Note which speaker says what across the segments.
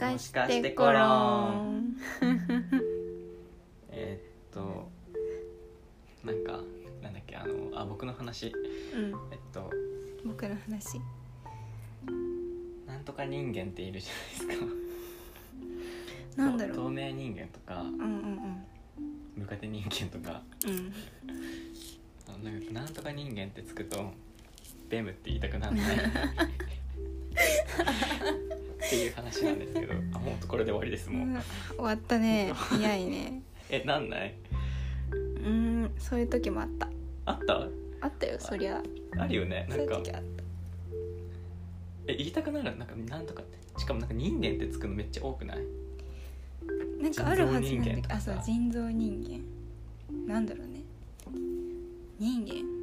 Speaker 1: かしてコロンなんだっけ僕の話、
Speaker 2: 僕の話
Speaker 1: なんとか人間っているじゃないですか。
Speaker 2: なんだろう、
Speaker 1: 透明人間とか、ムカデ人間とか、なんとか人間ってつくとベムって言いたくならないっていう話なんですけど、もうこれで終わりです。もう、
Speaker 2: 終わったね。早いね。
Speaker 1: なんない？
Speaker 2: そういう時もあった。
Speaker 1: あった
Speaker 2: よ、そりゃ
Speaker 1: あるよね。
Speaker 2: そういう時あった。
Speaker 1: 言いたくなる。なんとかって、しかも人間ってつくのめっちゃ多くない？
Speaker 2: なんかあるはずなんだけど、
Speaker 1: そう、
Speaker 2: 人造人間なんだろうね。人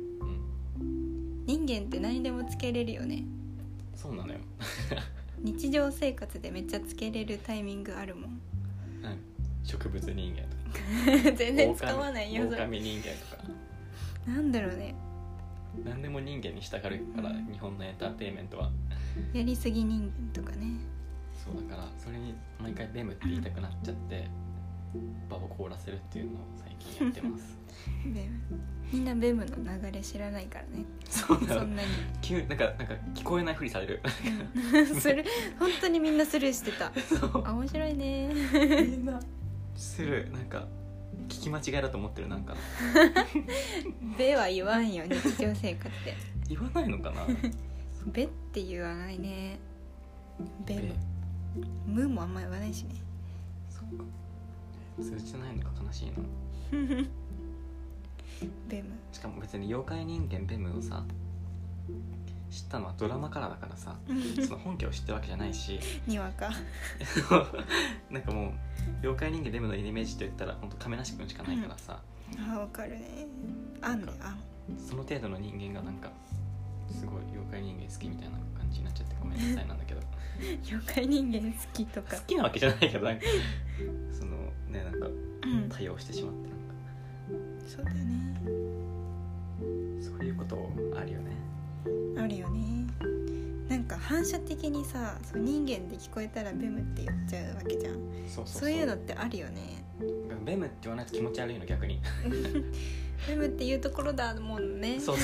Speaker 2: 間って何でもつけれるよね。
Speaker 1: そうなのよ
Speaker 2: 日常生活でめっちゃつけれるタイミングあるもん。
Speaker 1: 植物人間とか
Speaker 2: 全然使わないよ。
Speaker 1: 狼人間とか
Speaker 2: なんだろうね。
Speaker 1: 何でも人間に従うから、日本のエンターテインメントは
Speaker 2: やりすぎ人間とかね。
Speaker 1: そうだから、それに毎回ベムって言いたくなっちゃって場を凍らせるっていうのを最近やってます
Speaker 2: ベム、みんなベムの流れ知らないからね。
Speaker 1: そんなになんか聞こえないふりされる
Speaker 2: それ本当にみんなスルーしてた。面白いね。
Speaker 1: みんなスルー、聞き間違いだと思ってる。
Speaker 2: ベは言わんよ、日常生活で。
Speaker 1: 言わないのかな
Speaker 2: ベって言わないね。ベムムもあんま言わないしね。
Speaker 1: そっか、通じてないのか悲しいな
Speaker 2: ベム、
Speaker 1: しかも別に妖怪人間ベムをさ知ったのはドラマからだからさその本家を知ってるわけじゃないし
Speaker 2: にわか
Speaker 1: もう妖怪人間ベムのイメージと言ったら本当亀梨くんしかないからさ、
Speaker 2: わかるね。
Speaker 1: その程度の人間がすごい妖怪人間好きみたいな感じになっちゃってごめんなさいなんだけど
Speaker 2: 妖怪人間好きとか
Speaker 1: 好きなわけじゃないけどそのね対応してしまって
Speaker 2: そうだよね。
Speaker 1: そういうことあるよね。
Speaker 2: あるよね。反射的にさ、そう人間で聞こえたらベムって言っちゃうわけじゃん。そういうのってあるよね。
Speaker 1: ベムって言わないと気持ち悪いの逆に
Speaker 2: ベムって言うところだもんね。
Speaker 1: そう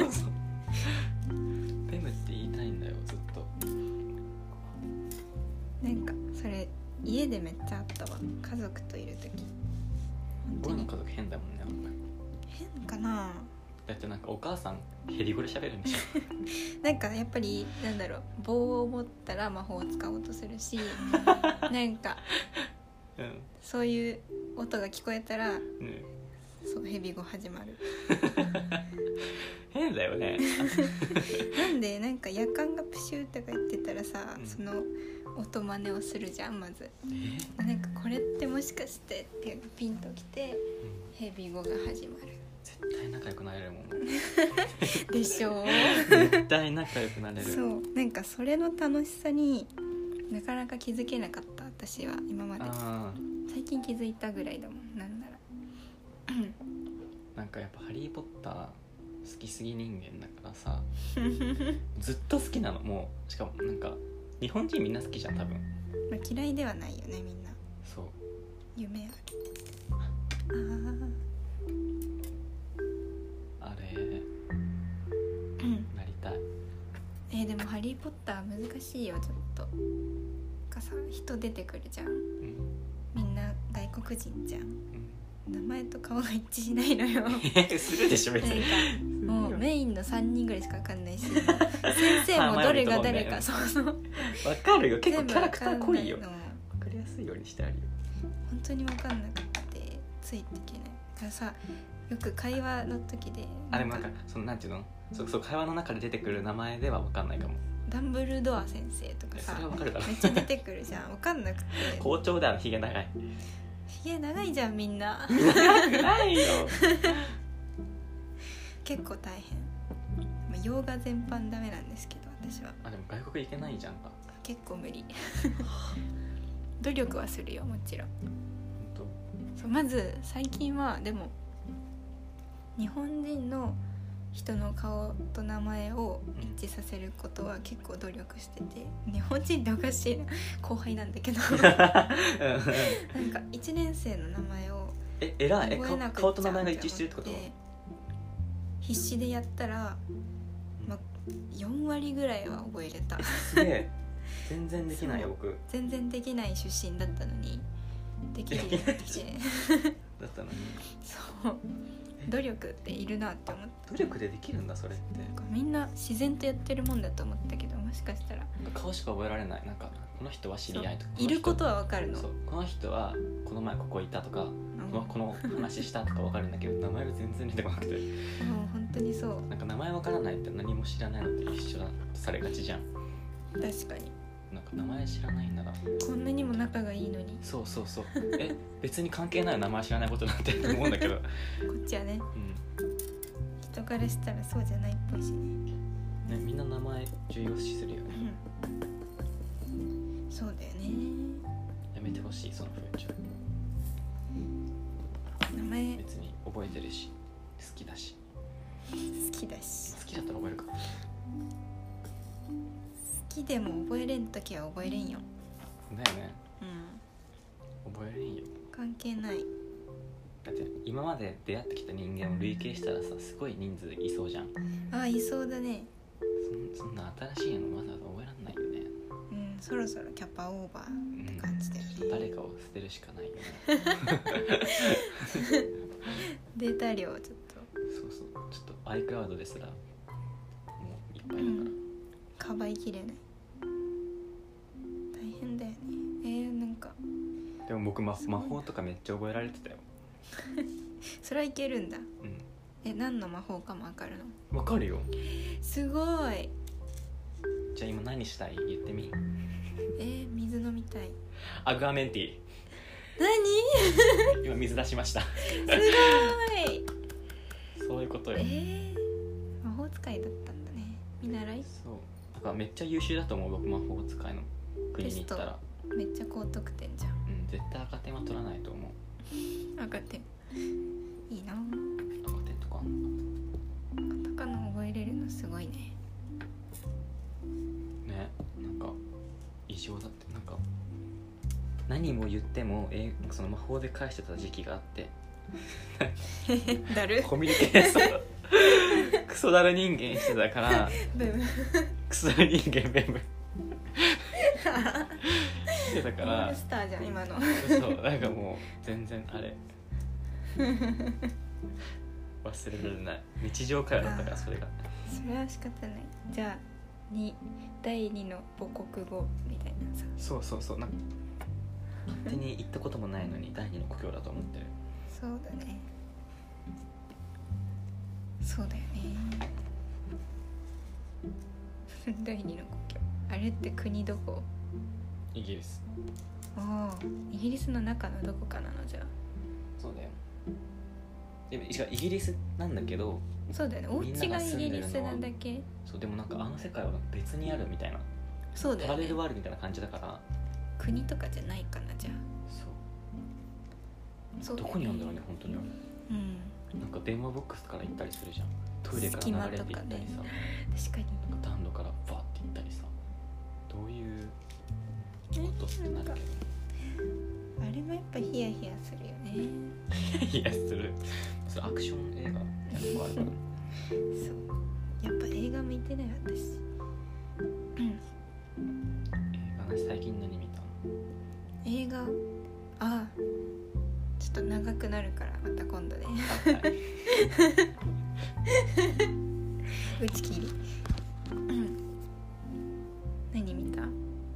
Speaker 1: ベムって言いたいんだよずっと。
Speaker 2: それ家でめっちゃあったわ。家族といる時。
Speaker 1: 俺の家族変だもんね。
Speaker 2: 変かな。
Speaker 1: だってお母さんヘリ語で喋るんでしょ
Speaker 2: やっぱり棒を持ったら魔法を使おうとするしそういう音が聞こえたら、そうヘビ語始まる
Speaker 1: 変だよね
Speaker 2: なんで夜間がプシューとか言ってたらさ、その音真似をするじゃん。まずこれってもしかしてってピンときて、ヘビ語が始まる。
Speaker 1: 絶対仲良くなれるもん
Speaker 2: でしょ
Speaker 1: 絶対仲良くなれる。
Speaker 2: そうそれの楽しさになかなか気づけなかった私は今まで。最近気づいたぐらいだもん。なんなら
Speaker 1: やっぱハリーポッター好きすぎ人間だからさずっと好きなの。もうしかも日本人みんな好きじゃん多分。
Speaker 2: 嫌いではないよねみんな。
Speaker 1: そう、
Speaker 2: 夢ある。
Speaker 1: あれ、なりたい。
Speaker 2: でもハリーポッター難しいよちょっと。人出てくるじゃん、みんな外国人じゃん、名前と顔が一致しないのよ
Speaker 1: するでしょ別に。
Speaker 2: もうメインの3人ぐらいしか分かんないし先生もどれが誰か、そう分
Speaker 1: かるよ。結構キャラクター濃いよ。分かりやすいようにしてあるよ。
Speaker 2: 本当に分かんなくてついていけないからさ、よく会話の時で
Speaker 1: でもなんていうの、そう会話の中で出てくる名前では分かんないかも。
Speaker 2: ダンブルドア先生とかさ、
Speaker 1: それは分かるだろ。
Speaker 2: めっちゃ出てくるじゃん。分かんなくて
Speaker 1: 校長だよ、ひげ長い。
Speaker 2: ひげ長いじゃんみんな。
Speaker 1: 長くないよ
Speaker 2: 結構大変。洋画全般ダメなんですけど私は。
Speaker 1: でも外国行けないじゃんか。
Speaker 2: 結構無理努力はするよもちろん。そうまず最近はでも日本人の人の顔と名前を一致させることは結構努力してて、日本人っておかしいな、後輩なんだけどなんか1年生の名前を
Speaker 1: 偉い。
Speaker 2: 覚えなくちゃ
Speaker 1: 顔と名前が一致してるってこと？
Speaker 2: 必死でやったら、4割ぐらいは覚えれた。
Speaker 1: すげえ。全然できないよ僕。
Speaker 2: 全然できない出身だったのにできるようになってきて
Speaker 1: だったのに。
Speaker 2: そう努力っているなって思って。
Speaker 1: 努力でできるんだそれって。
Speaker 2: なんかみんな自然とやってるもんだと思ったけど、もしかしたら
Speaker 1: 顔しか覚えられない。なんかこの人は知り合いとか、
Speaker 2: いることは分かるの。
Speaker 1: そうこの人はこの前ここいたとか、この話したとか分かるんだけど名前が全然出てこなくて、
Speaker 2: もう本当にそう。
Speaker 1: なんか名前分からないって何も知らないのって一緒だとされがちじゃん。
Speaker 2: 確かに。
Speaker 1: なんか名前知らないんだな。
Speaker 2: こんなにも仲がいいのに。
Speaker 1: そう別に関係ない名前知らないことなんて思うんだけど
Speaker 2: こっちはね、
Speaker 1: うん、
Speaker 2: 人からしたらそうじゃないっぽいしね。
Speaker 1: みんな名前重要視するよね、
Speaker 2: そうだよね。
Speaker 1: やめてほしいその風潮。
Speaker 2: 名前
Speaker 1: 別に覚えてるし好きだし。
Speaker 2: 好きだし、
Speaker 1: 好きだったら覚えるか。
Speaker 2: 好きでも覚えれんときは覚えれんよ。
Speaker 1: だよね。覚えれんよ。
Speaker 2: 関係ない。
Speaker 1: だって今まで出会ってきた人間を累計したらさ、すごい人数いそうじゃん。
Speaker 2: あ、いそうだね。
Speaker 1: そんな新しいのわざわざ覚えらんないよね。
Speaker 2: そろそろキャパオーバーって感じだよね、
Speaker 1: 誰かを捨てるしかないよね
Speaker 2: データ量ちょっと。
Speaker 1: そうちょっと iCloud ですらもういっぱいだから、
Speaker 2: かばいきれない。大変だよね。なんか
Speaker 1: でも僕魔法とかめっちゃ覚えられてたよ
Speaker 2: それはいけるんだ。何の魔法かもわかるの？
Speaker 1: わかるよ。
Speaker 2: すごい。
Speaker 1: じゃあ今何したい？言ってみ。
Speaker 2: 水飲みたい。
Speaker 1: アグアメンティ。
Speaker 2: 何？
Speaker 1: 今水出しました
Speaker 2: すごい
Speaker 1: そういうことよ。
Speaker 2: 魔法使いだったんだね。見習い？
Speaker 1: そうだからめっちゃ優秀だと思う僕魔法使いの国に行ったら。
Speaker 2: めっちゃ高得点じゃん。
Speaker 1: 絶対赤点は取らないと思う。
Speaker 2: 赤点いいな。
Speaker 1: 赤点とかあんのか。
Speaker 2: カタカナ覚えれるのすごいね。
Speaker 1: ね、なんか異常だって。なんか何も言ってもその魔法で返してた時期があって
Speaker 2: だる
Speaker 1: コミュニケーションクソだる人間してたからクソだる人間ベムしてたから
Speaker 2: オールスターじゃん今の。
Speaker 1: そうなんかもう全然あれ忘れられない。日常会話だったからそれが。
Speaker 2: それは仕方ない。じゃあ第2の母国語みたいなさ。
Speaker 1: そうなんか勝手に行ったこともないのに第2の故郷だと思ってる。
Speaker 2: そうだね。そうだよね第2の故郷。あれって国どこ？
Speaker 1: イギリス。
Speaker 2: イギリスの中のどこかなの？じゃあ
Speaker 1: そうだよ。でもイギリスなんだけど。
Speaker 2: そうだよね。お家がイギリスなだけ。
Speaker 1: そうでもなんかあの世界は別にあるみたいな。
Speaker 2: そうだよね。
Speaker 1: パラレルワールドみたいな感じだから。
Speaker 2: 国とかじゃないかなじゃあ。
Speaker 1: そうどこにあるんだろうね本当に。なんか電話ボックスから行ったりするじゃん。トイレから流れて行ったりさ。
Speaker 2: 確かに。
Speaker 1: なんか暖炉からバーって行ったりさ。どういうことってなるけど。
Speaker 2: あれもやっぱヒヤヒヤするよね。
Speaker 1: ヒヤヒヤする。それアクション映画やっぱあるから。
Speaker 2: そうやっぱ映画見てない私。
Speaker 1: 映画最近何見たの？
Speaker 2: 映画ちょっと長くなるからまた今度で、打ち切り。何見た？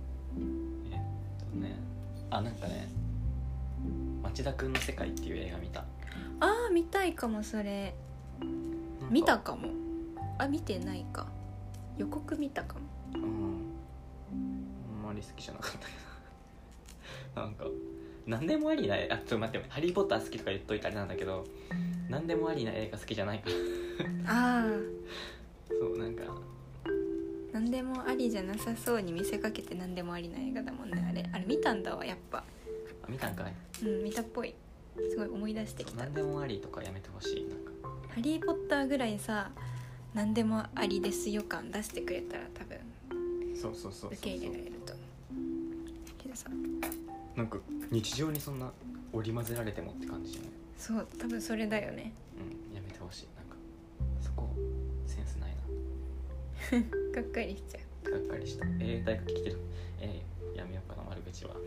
Speaker 1: なんかね町田くんの世界っていう映画見た。
Speaker 2: 見たいかも。それ見たかも。見てないか。予告見たかも。
Speaker 1: あんまり好きじゃなかったけどなんか何でもありなちょっと待って、ハリーポッター好きとか言っといたあれなんだけど、何でもありな映画好きじゃないからそうなんか
Speaker 2: 何でもありじゃなさそうに見せかけて何でもありな映画だもんね。あれ見たんだわやっぱ。
Speaker 1: 見たんかい？
Speaker 2: 見たっぽい。すごい思い出してきた。
Speaker 1: 何でもありとかやめてほしい。なんか
Speaker 2: ハリーポッターぐらいさ何でもありです予感出してくれたら多分
Speaker 1: そう
Speaker 2: 受け入れられると思うけどさ、
Speaker 1: なんか日常にそんな織り交ぜられてもって感じじゃない？
Speaker 2: そう多分それだよね。
Speaker 1: やめてほしい。なんかそこセンスないな。
Speaker 2: がっかりしちゃう。
Speaker 1: がっかりした。大学来てる。やめようかな悪口は。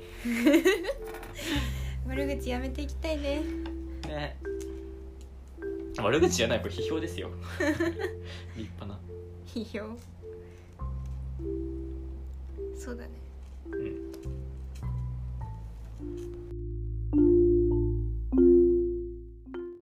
Speaker 2: 悪口やめていきたいね。
Speaker 1: ね、悪口じゃない、これ批評ですよ。立派な
Speaker 2: 批評。そうだね。